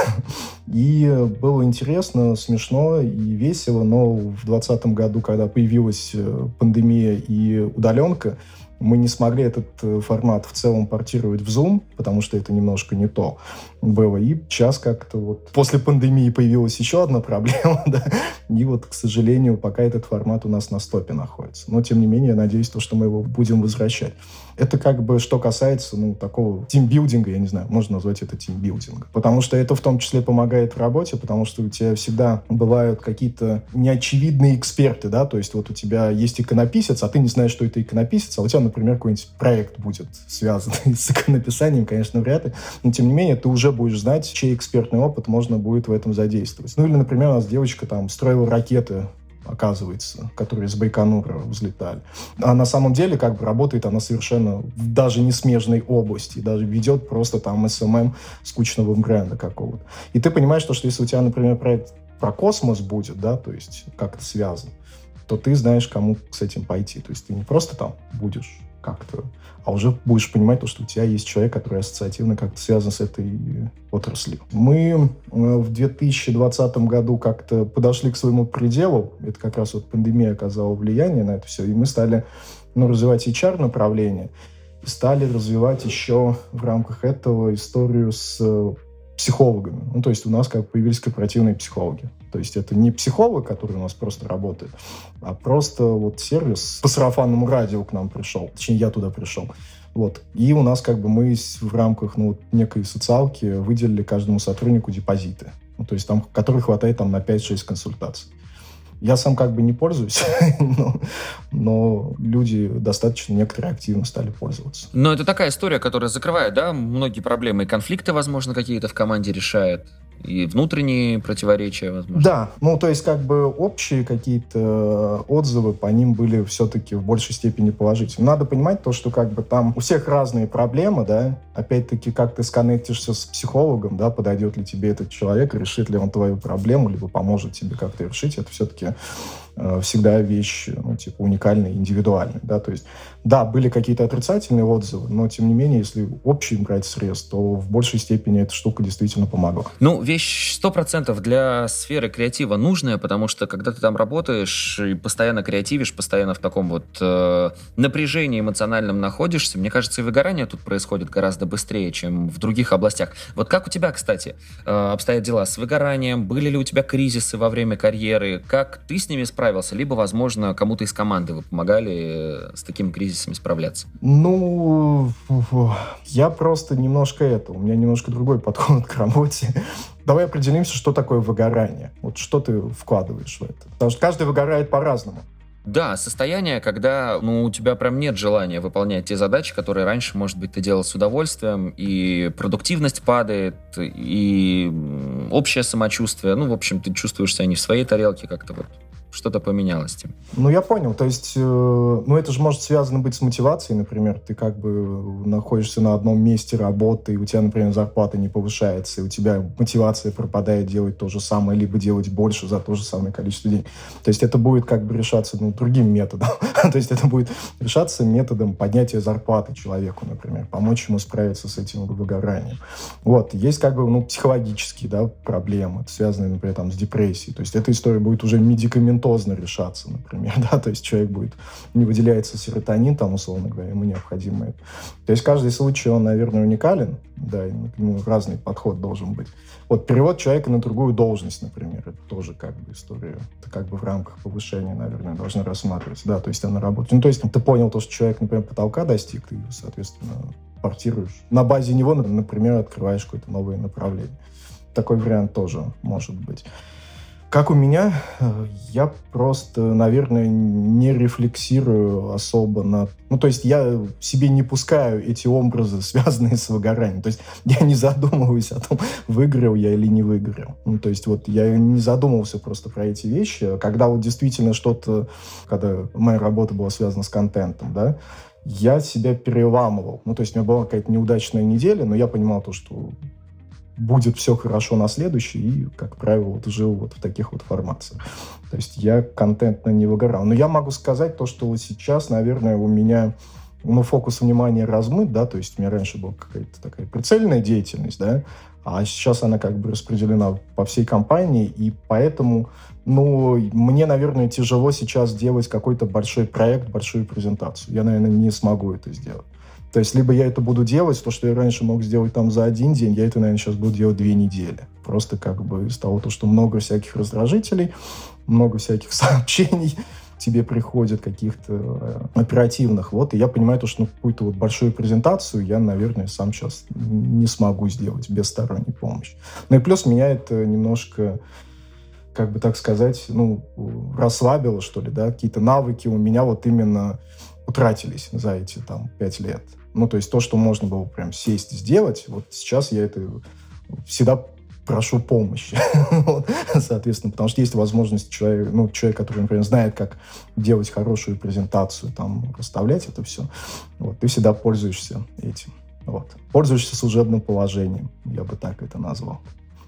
И было интересно, смешно и весело, но в двадцатом году, когда появилась пандемия и удаленка, мы не смогли этот формат в целом портировать в Zoom, потому что это немножко не то было. И сейчас как-то вот после пандемии появилась еще одна проблема, да, и вот, к сожалению, пока этот формат у нас на стопе находится. Но, тем не менее, я надеюсь, то, что мы его будем возвращать. Это как бы что касается, ну, такого тимбилдинга, я не знаю, можно назвать это тимбилдингом. Потому что это в том числе помогает в работе, потому что у тебя всегда бывают какие-то неочевидные эксперты, да, то есть вот у тебя есть иконописец, а ты не знаешь, что это иконописец, а у тебя, например, какой-нибудь проект будет связанный с иконописанием, конечно, вряд ли, но, тем не менее, ты уже будешь знать, чей экспертный опыт можно будет в этом задействовать. Ну, или, например, у нас девочка там строила ракеты, оказывается, которые с Байконура взлетали. А на самом деле, как бы, работает она совершенно в даже не смежной области, даже ведет просто там эс эм эм скучного бренда какого-то. И ты понимаешь, что, что если у тебя, например, проект про космос будет, да, то есть как-то связан, то ты знаешь, кому с этим пойти. То есть ты не просто там будешь как-то, а уже будешь понимать то, что у тебя есть человек, который ассоциативно как-то связан с этой отраслью. Мы в две тысячи двадцатом году как-то подошли к своему пределу. Это как раз вот пандемия оказала влияние на это все. И мы стали, ну, развивать эйч ар-направление. И стали развивать еще в рамках этого историю с психологами. Ну, то есть у нас как появились корпоративные психологи. То есть это не психолог, который у нас просто работает, а просто вот сервис по сарафанному радио к нам пришел. Точнее, я туда пришел. Вот. И у нас как бы мы в рамках, ну, вот, некой социалки выделили каждому сотруднику депозиты. Ну, то есть там, который хватает там на пять-шесть консультаций. Я сам как бы не пользуюсь, но, но люди достаточно некоторые активно стали пользоваться. Но это такая история, которая закрывает, да, многие проблемы. И конфликты, возможно, какие-то в команде решает. И внутренние противоречия, возможно. Да, ну то есть как бы общие какие-то отзывы по ним были все-таки в большей степени положительными. Надо понимать то, что как бы там у всех разные проблемы, да, опять-таки как ты сконнектишься с психологом, да, подойдет ли тебе этот человек, решит ли он твою проблему, либо поможет тебе как-то решить, это все-таки э, всегда вещь, ну, типа, уникальная, индивидуальная, да, то есть, да, были какие-то отрицательные отзывы, но, тем не менее, если общий брать срез, то в большей степени эта штука действительно помогла. Ну, вещь сто процентов для сферы креатива нужная, потому что, когда ты там работаешь и постоянно креативишь, постоянно в таком вот э, напряжении эмоциональном находишься, мне кажется, и выгорание тут происходит гораздо быстрее, чем в других областях. Вот как у тебя, кстати, э, обстоят дела с выгоранием? Были ли у тебя кризисы во время карьеры? Как ты с ними справился? Либо, возможно, кому-то из команды вы помогали с такими кризисами справляться? Ну, я просто немножко это, у меня немножко другой подход к работе. Давай определимся, что такое выгорание. Вот что ты вкладываешь в это? Потому что каждый выгорает по-разному. Да, состояние, когда, ну, у тебя прям нет желания выполнять те задачи, которые раньше, может быть, ты делал с удовольствием, и продуктивность падает, и общее самочувствие. Ну, в общем, ты чувствуешь себя не в своей тарелке, как-то вот что-то поменялось с тем. Ну, я понял. То есть, э, ну, это же может связано быть с мотивацией, например. Ты как бы находишься на одном месте работы, и у тебя, например, зарплата не повышается, и у тебя мотивация пропадает делать то же самое, либо делать больше за то же самое количество денег. То есть это будет как бы решаться, ну, другим методом. То есть это будет решаться методом поднятия зарплаты человеку, например, помочь ему справиться с этим выгоранием. Вот. Есть как бы, ну, психологические, да, проблемы, связанные, например, там, с депрессией. То есть эта история будет уже медикаментозная, медикаментозно решаться, например, да, то есть человек будет, не выделяется серотонин, там, условно говоря, ему необходимо это. То есть каждый случай, он, наверное, уникален, да, и к нему разный подход должен быть. Вот перевод человека на другую должность, например, это тоже как бы история, это как бы в рамках повышения, наверное, должны рассматриваться, да, то есть она работает. Ну, то есть ты понял то, что человек, например, потолка достиг, ты, соответственно, портируешь. На базе него, например, открываешь какое-то новое направление. Такой вариант тоже может быть. Как у меня, я просто, наверное, не рефлексирую особо на... Ну, то есть я себе не пускаю эти образы, связанные с выгоранием. То есть я не задумываюсь о том, выиграл я или не выиграл. Ну, то есть вот я не задумывался просто про эти вещи. Когда вот действительно что-то... Когда моя работа была связана с контентом, да, я себя переламывал. Ну, то есть у меня была какая-то неудачная неделя, но я понимал то, что будет все хорошо на следующий, и, как правило, вот жил вот в таких вот формациях. То есть я контентно не выгорал. Но я могу сказать то, что вот сейчас, наверное, у меня ну, фокус внимания размыт, да, то есть у меня раньше была какая-то такая прицельная деятельность, да, а сейчас она как бы распределена по всей компании, и поэтому, ну, мне, наверное, тяжело сейчас делать какой-то большой проект, большую презентацию. Я, наверное, не смогу это сделать. То есть либо я это буду делать, то, что я раньше мог сделать там за один день, я это, наверное, сейчас буду делать две недели. Просто как бы из того, что много всяких раздражителей, много всяких сообщений тебе приходят каких-то оперативных. Вот, и я понимаю, то, что ну, какую-то вот большую презентацию я, наверное, сам сейчас не смогу сделать без сторонней помощи. Ну и плюс меня это немножко, как бы так сказать, ну, расслабило, что ли, да, какие-то навыки у меня вот именно утратились за эти там пять лет. Ну, то есть то, что можно было прям сесть и сделать, вот сейчас я это всегда прошу помощи. Соответственно, потому что есть возможность человека, ну, человек, который, например, знает, как делать хорошую презентацию, там, расставлять это все. Вот, ты всегда пользуешься этим. Вот. Пользуешься служебным положением, я бы так это назвал.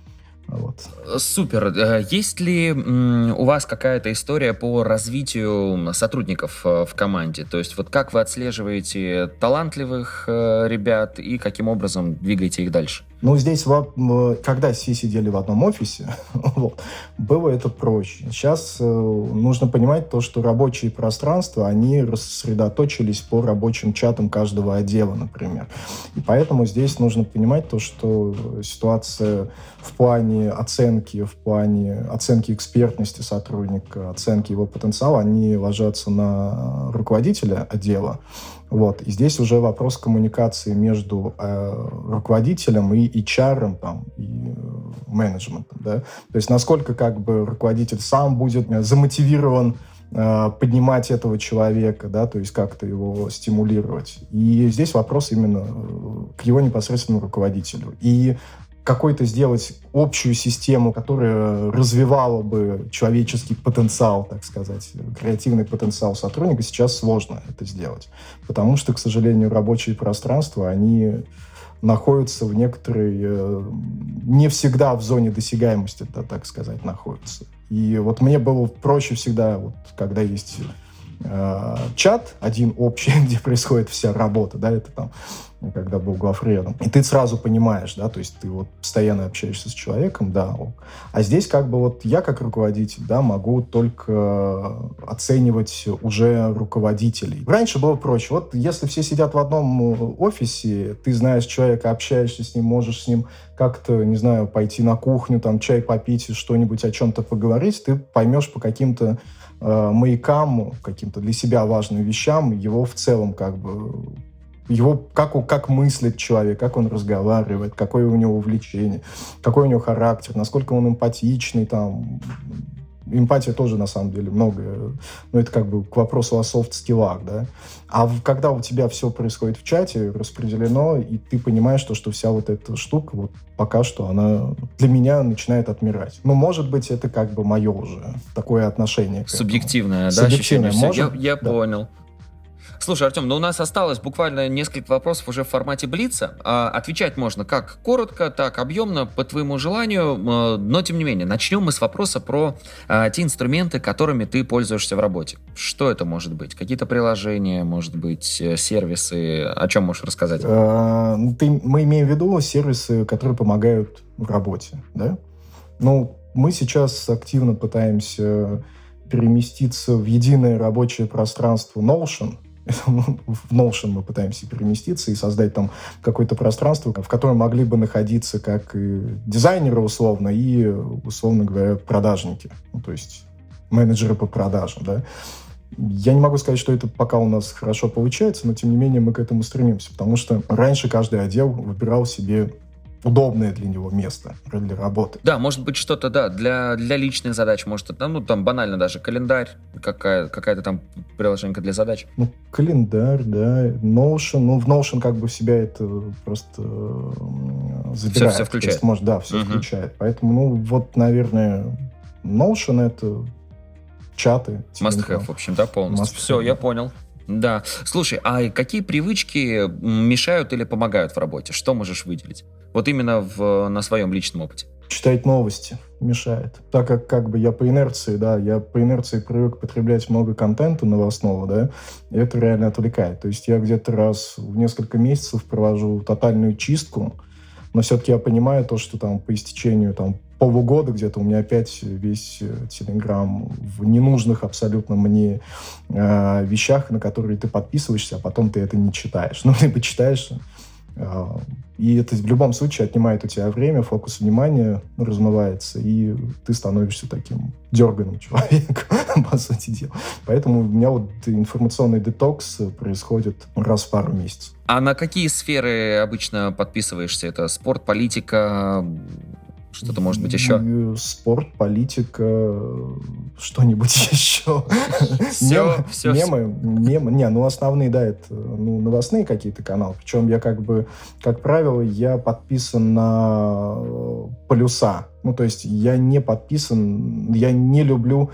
Вот. Супер. Есть ли у вас какая-то история по развитию сотрудников в команде? То есть вот как вы отслеживаете талантливых ребят и каким образом двигаете их дальше? Ну, здесь, когда все сидели в одном офисе, вот, было это проще. Сейчас э, нужно понимать то, что рабочие пространства, они рассредоточились по рабочим чатам каждого отдела, например. И поэтому здесь нужно понимать то, что ситуация в плане оценки, в плане оценки экспертности сотрудника, оценки его потенциала, они ложатся на руководителя отдела. Вот. И здесь уже вопрос коммуникации между э, руководителем и эйч ар, там, и э, менеджментом. Да? То есть насколько как бы руководитель сам будет замотивирован э, поднимать этого человека, да? То есть как-то его стимулировать. И здесь вопрос именно к его непосредственному руководителю. И какой-то сделать общую систему, которая развивала бы человеческий потенциал, так сказать, креативный потенциал сотрудника, сейчас сложно это сделать. Потому что, к сожалению, рабочие пространства, они находятся в некоторой... Не всегда в зоне досягаемости, да, так сказать, находятся. И вот мне было проще всегда, вот, когда есть э, чат, один общий, где происходит вся работа, да, это там когда был главредом. И ты сразу понимаешь, да, то есть ты вот постоянно общаешься с человеком, да. А здесь как бы вот я как руководитель, да, могу только оценивать уже руководителей. Раньше было проще. Вот если все сидят в одном офисе, ты знаешь человека, общаешься с ним, можешь с ним как-то, не знаю, пойти на кухню, там чай попить, что-нибудь о чем-то поговорить, ты поймешь по каким-то э, маякам, каким-то для себя важным вещам его в целом как бы его, как, как мыслит человек, как он разговаривает, какое у него увлечение, какой у него характер, насколько он эмпатичный, там, эмпатия тоже, на самом деле, много, ну, это как бы к вопросу о софт-скиллах, да. А когда у тебя все происходит в чате, распределено, и ты понимаешь, что, что вся вот эта штука, вот пока что она для меня начинает отмирать. Ну, может быть, это как бы мое уже такое отношение. Субъективное, да, Субъективное, ощущение? может, я, я да. понял. Слушай, Артем, ну у нас осталось буквально несколько вопросов уже в формате блица. А, отвечать можно как коротко, так объемно, по твоему желанию. Но, тем не менее, начнем мы с вопроса про а, те инструменты, которыми ты пользуешься в работе. Что это может быть? Какие-то приложения, может быть, сервисы? О чем можешь рассказать? А, ты, мы имеем в виду сервисы, которые помогают в работе, да? Ну, мы сейчас активно пытаемся переместиться в единое рабочее пространство Notion. В Notion мы пытаемся переместиться и создать там какое-то пространство, в котором могли бы находиться как и дизайнеры условно, и, условно говоря, продажники. Ну, то есть менеджеры по продажам, да. Я не могу сказать, что это пока у нас хорошо получается, но, тем не менее, мы к этому стремимся, потому что раньше каждый отдел выбирал себе удобное для него место для работы. Да, может быть, что-то, да, для, для личных задач, может, это, ну, там, банально даже календарь, какая, какая-то там приложенька для задач. Ну, календарь, да, Notion, ну, в Notion как бы в себя это просто забирает. Все, все включает. Есть, может, да, все uh-huh. включает. Поэтому, ну, вот, наверное, Notion — это чаты. Must-have, в общем, да, полностью. Must-have. Все, я понял. Да. Слушай, а какие привычки мешают или помогают в работе? Что можешь выделить? Вот именно в, на своем личном опыте. Читать новости мешает. Так как как бы я по инерции, да, я по инерции привык потреблять много контента новостного, да, и это реально отвлекает. То есть я где-то раз в несколько месяцев провожу тотальную чистку, но все-таки я понимаю то, что там по истечению там полугода где-то у меня опять весь Телеграм в ненужных абсолютно мне э, вещах, на которые ты подписываешься, а потом ты это не читаешь. Ну, либо читаешь, э, и это в любом случае отнимает у тебя время, фокус внимания размывается, и ты становишься таким дерганым человеком, по сути дела. Поэтому у меня вот информационный детокс происходит раз в пару месяцев. А на какие сферы обычно подписываешься? Это спорт, политика... Что-то, может быть, еще? Спорт, политика, что-нибудь еще. Все, все. Мемы, мемы. Не, ну основные, да, это ну, новостные какие-то каналы. Причем я как бы, как правило, я подписан на полюса. Ну, то есть я не подписан, я не люблю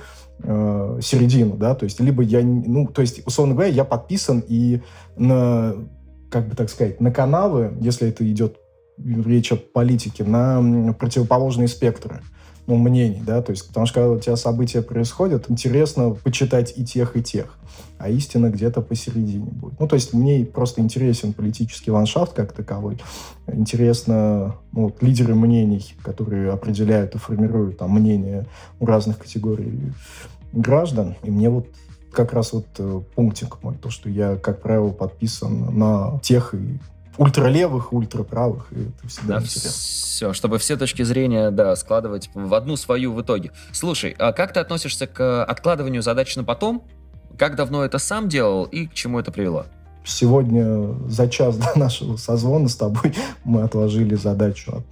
э, середину, да, то есть либо я, ну, то есть, условно говоря, я подписан и на, как бы так сказать, на каналы, если это идет речь о политике, на противоположные спектры, ну, мнений, да, то есть, потому что когда у тебя события происходят, интересно почитать и тех, и тех, а истина где-то посередине будет. Ну, то есть, мне просто интересен политический ландшафт как таковой, интересно, ну, вот, лидеры мнений, которые определяют и формируют там мнения у разных категорий граждан, и мне вот как раз вот пунктик мой, то, что я, как правило, подписан на тех и ультралевых, ультраправых, и это всегда да, интересно. Все, чтобы все точки зрения, да, складывать в одну свою в итоге. Слушай, а как ты относишься к откладыванию задач на потом? Как давно это сам делал и к чему это привело? Сегодня за час до нашего созвона с тобой мы отложили задачу.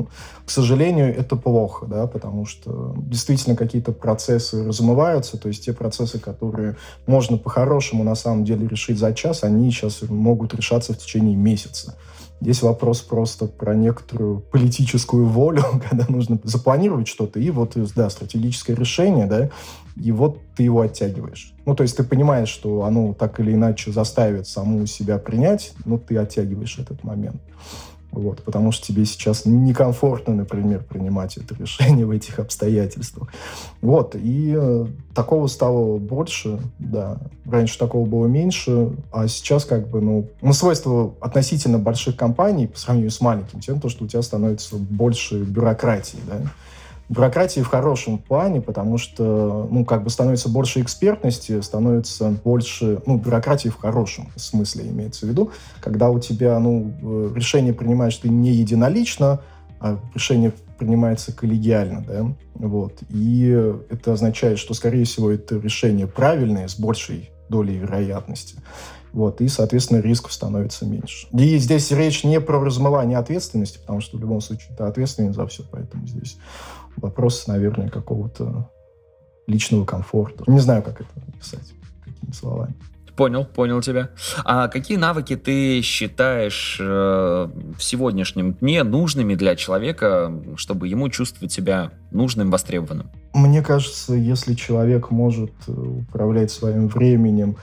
К сожалению, это плохо, да, потому что действительно какие-то процессы размываются, то есть те процессы, которые можно по-хорошему на самом деле решить за час, они сейчас могут решаться в течение месяца. Здесь вопрос просто про некоторую политическую волю, когда нужно запланировать что-то, и вот, да, стратегическое решение, да, и вот ты его оттягиваешь. Ну, то есть ты понимаешь, что оно так или иначе заставит саму себя принять, но ты оттягиваешь этот момент. Вот, потому что тебе сейчас некомфортно, например, принимать это решение в этих обстоятельствах. Вот, и э, такого стало больше, да. Раньше такого было меньше, а сейчас как бы, ну, ну, свойство относительно больших компаний по сравнению с маленьким, тем, то, что у тебя становится больше бюрократии, да. Бюрократии в хорошем плане, потому что, ну, как бы становится больше экспертности, становится больше, ну, бюрократии в хорошем смысле имеется в виду, когда у тебя, ну, решение принимаешь ты не единолично, а решение принимается коллегиально, да, вот, и это означает, что, скорее всего, это решение правильное, с большей долей вероятности. Вот, и, соответственно, рисков становится меньше. И здесь речь не про размывание ответственности, потому что в любом случае ты ответственен за все, поэтому здесь вопрос, наверное, какого-то личного комфорта. Не знаю, как это написать, какими словами. Понял, понял тебя. А какие навыки ты считаешь э, в сегодняшнем дне нужными для человека, чтобы ему чувствовать себя нужным, востребованным? Мне кажется, если человек может управлять своим временем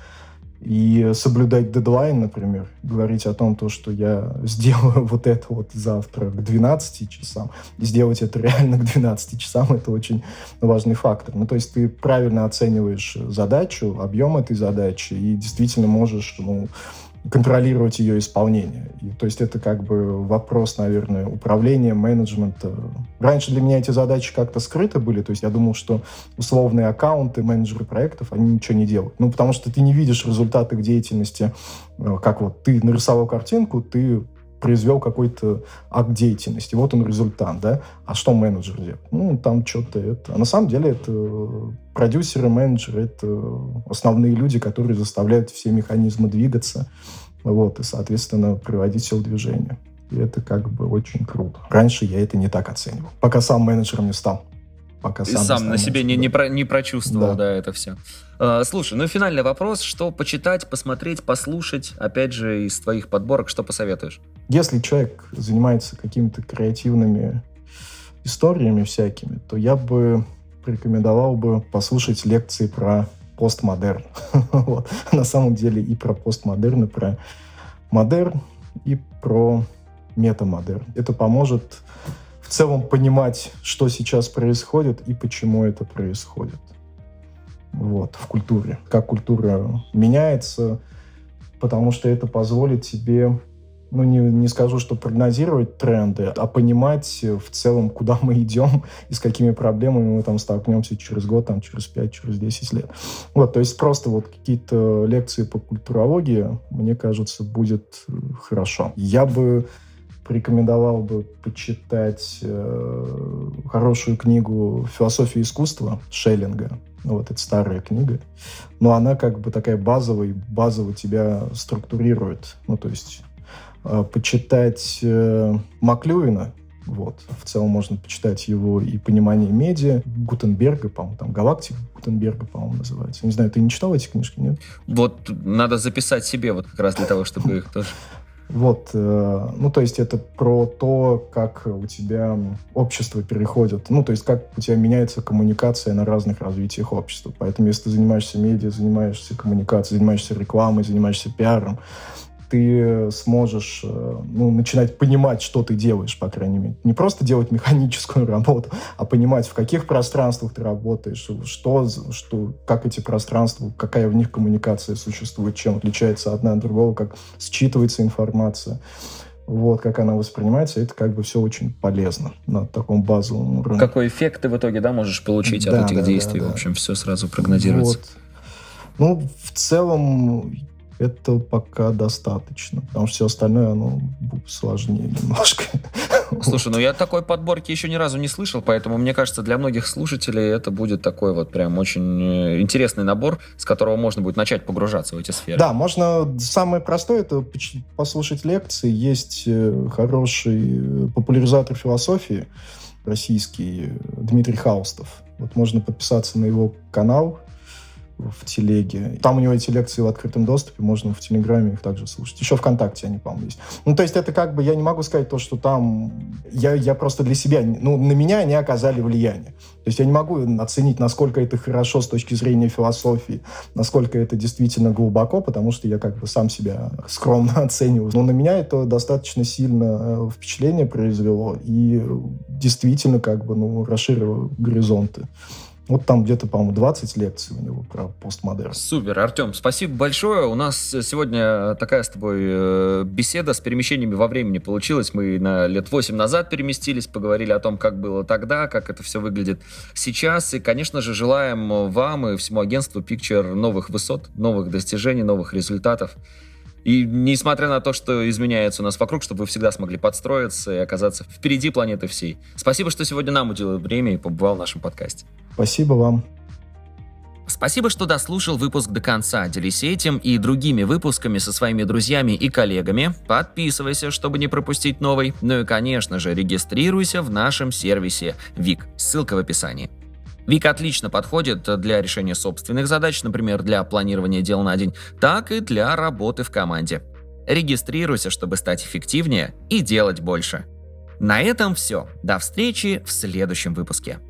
и соблюдать дедлайн, например, говорить о том, то, что я сделаю вот это вот завтра к двенадцати часам, и сделать это реально к двенадцати часам, это очень важный фактор. Ну, то есть ты правильно оцениваешь задачу, объем этой задачи, и действительно можешь, ну, контролировать ее исполнение. И, то есть это как бы вопрос, наверное, управления, менеджмента. Раньше для меня эти задачи как-то скрыты были, то есть я думал, что условные аккаунты, менеджеры проектов, они ничего не делают. Ну, потому что ты не видишь результаты их деятельности, как вот ты нарисовал картинку, ты произвел какой-то акт деятельности. Вот он результат, да? А что менеджер делает? Ну, там что-то это... А на самом деле это продюсеры, менеджеры, это основные люди, которые заставляют все механизмы двигаться, вот, и, соответственно, приводить все в движение. И это как бы очень круто. Раньше я это не так оценивал, пока сам менеджером не стал. Пока Ты сам, сам на себе не, да. не, про, не прочувствовал, да, да это все. А, слушай, ну и финальный вопрос. Что почитать, посмотреть, послушать? Опять же, из твоих подборок, что посоветуешь? Если человек занимается какими-то креативными историями всякими, то я бы порекомендовал бы послушать лекции про постмодерн. Вот. На самом деле и про постмодерн, и про модерн, и про метамодерн. Это поможет в целом понимать, что сейчас происходит и почему это происходит. Вот, в культуре. Как культура меняется, потому что это позволит тебе, ну, не, не скажу, что прогнозировать тренды, а понимать в целом, куда мы идем и с какими проблемами мы там столкнемся через год, там, через пять, через десять лет. Вот, то есть просто вот какие-то лекции по культурологии, мне кажется, будет хорошо. Я бы порекомендовал бы почитать э, хорошую книгу «Философия искусства» Шеллинга. Ну, вот это старая книга. Но она как бы такая базовая, базово тебя структурирует. Ну, то есть э, почитать э, Маклюина, вот. В целом можно почитать его и «Понимание медиа» Гутенберга, по-моему, там «Галактика» Гутенберга, по-моему, называется. Не знаю, ты не читал эти книжки, нет? Вот надо записать себе вот как раз для того, чтобы их тоже... Вот, э, ну, то есть это про то, как у тебя общество переходит, ну, то есть как у тебя меняется коммуникация на разных развитиях общества. Поэтому если ты занимаешься медиа, занимаешься коммуникацией, занимаешься рекламой, занимаешься пиаром, ты сможешь, ну, начинать понимать, что ты делаешь, по крайней мере. Не просто делать механическую работу, а понимать, в каких пространствах ты работаешь, что, что, как эти пространства, какая в них коммуникация существует, чем отличается одна от другого, как считывается информация, вот, как она воспринимается. Это как бы все очень полезно на таком базовом уровне. Какой эффект ты в итоге, да, можешь получить да, от этих да, действий, да, да. В общем, все сразу прогнозируется. Вот. Ну, в целом... это пока достаточно, потому что все остальное, оно сложнее немножко. Слушай, ну я такой подборки еще ни разу не слышал, поэтому, мне кажется, для многих слушателей это будет такой вот прям очень интересный набор, с которого можно будет начать погружаться в эти сферы. Да, можно... Самое простое — это послушать лекции. Есть хороший популяризатор философии российский Дмитрий Хаустов. Вот можно подписаться на его канал в телеге. Там у него эти лекции в открытом доступе, можно в Телеграме их также слушать. Еще ВКонтакте они, по-моему, есть. Ну, то есть это как бы, я не могу сказать то, что там... Я, я просто для себя... Ну, на меня они оказали влияние. То есть я не могу оценить, насколько это хорошо с точки зрения философии, насколько это действительно глубоко, потому что я как бы сам себя скромно оцениваю. Но на меня это достаточно сильно впечатление произвело и действительно как бы, ну, расширило горизонты. Вот там где-то, по-моему, двадцать лекций у него про постмодерн. Супер, Артем, спасибо большое. У нас сегодня такая с тобой беседа с перемещениями во времени получилась. Мы на лет восемь назад переместились, поговорили о том, как было тогда, как это все выглядит сейчас. И, конечно же, желаем вам и всему агентству Picture новых высот, новых достижений, новых результатов. И несмотря на то, что изменяется у нас вокруг, чтобы вы всегда смогли подстроиться и оказаться впереди планеты всей. Спасибо, что сегодня нам уделил время и побывал в нашем подкасте. Спасибо вам. Спасибо, что дослушал выпуск до конца. Делись этим и другими выпусками со своими друзьями и коллегами. Подписывайся, чтобы не пропустить новый. Ну и, конечно же, регистрируйся в нашем сервисе Вик. Ссылка в описании. Вик отлично подходит для решения собственных задач, например, для планирования дел на день, так и для работы в команде. Регистрируйся, чтобы стать эффективнее и делать больше. На этом все. До встречи в следующем выпуске.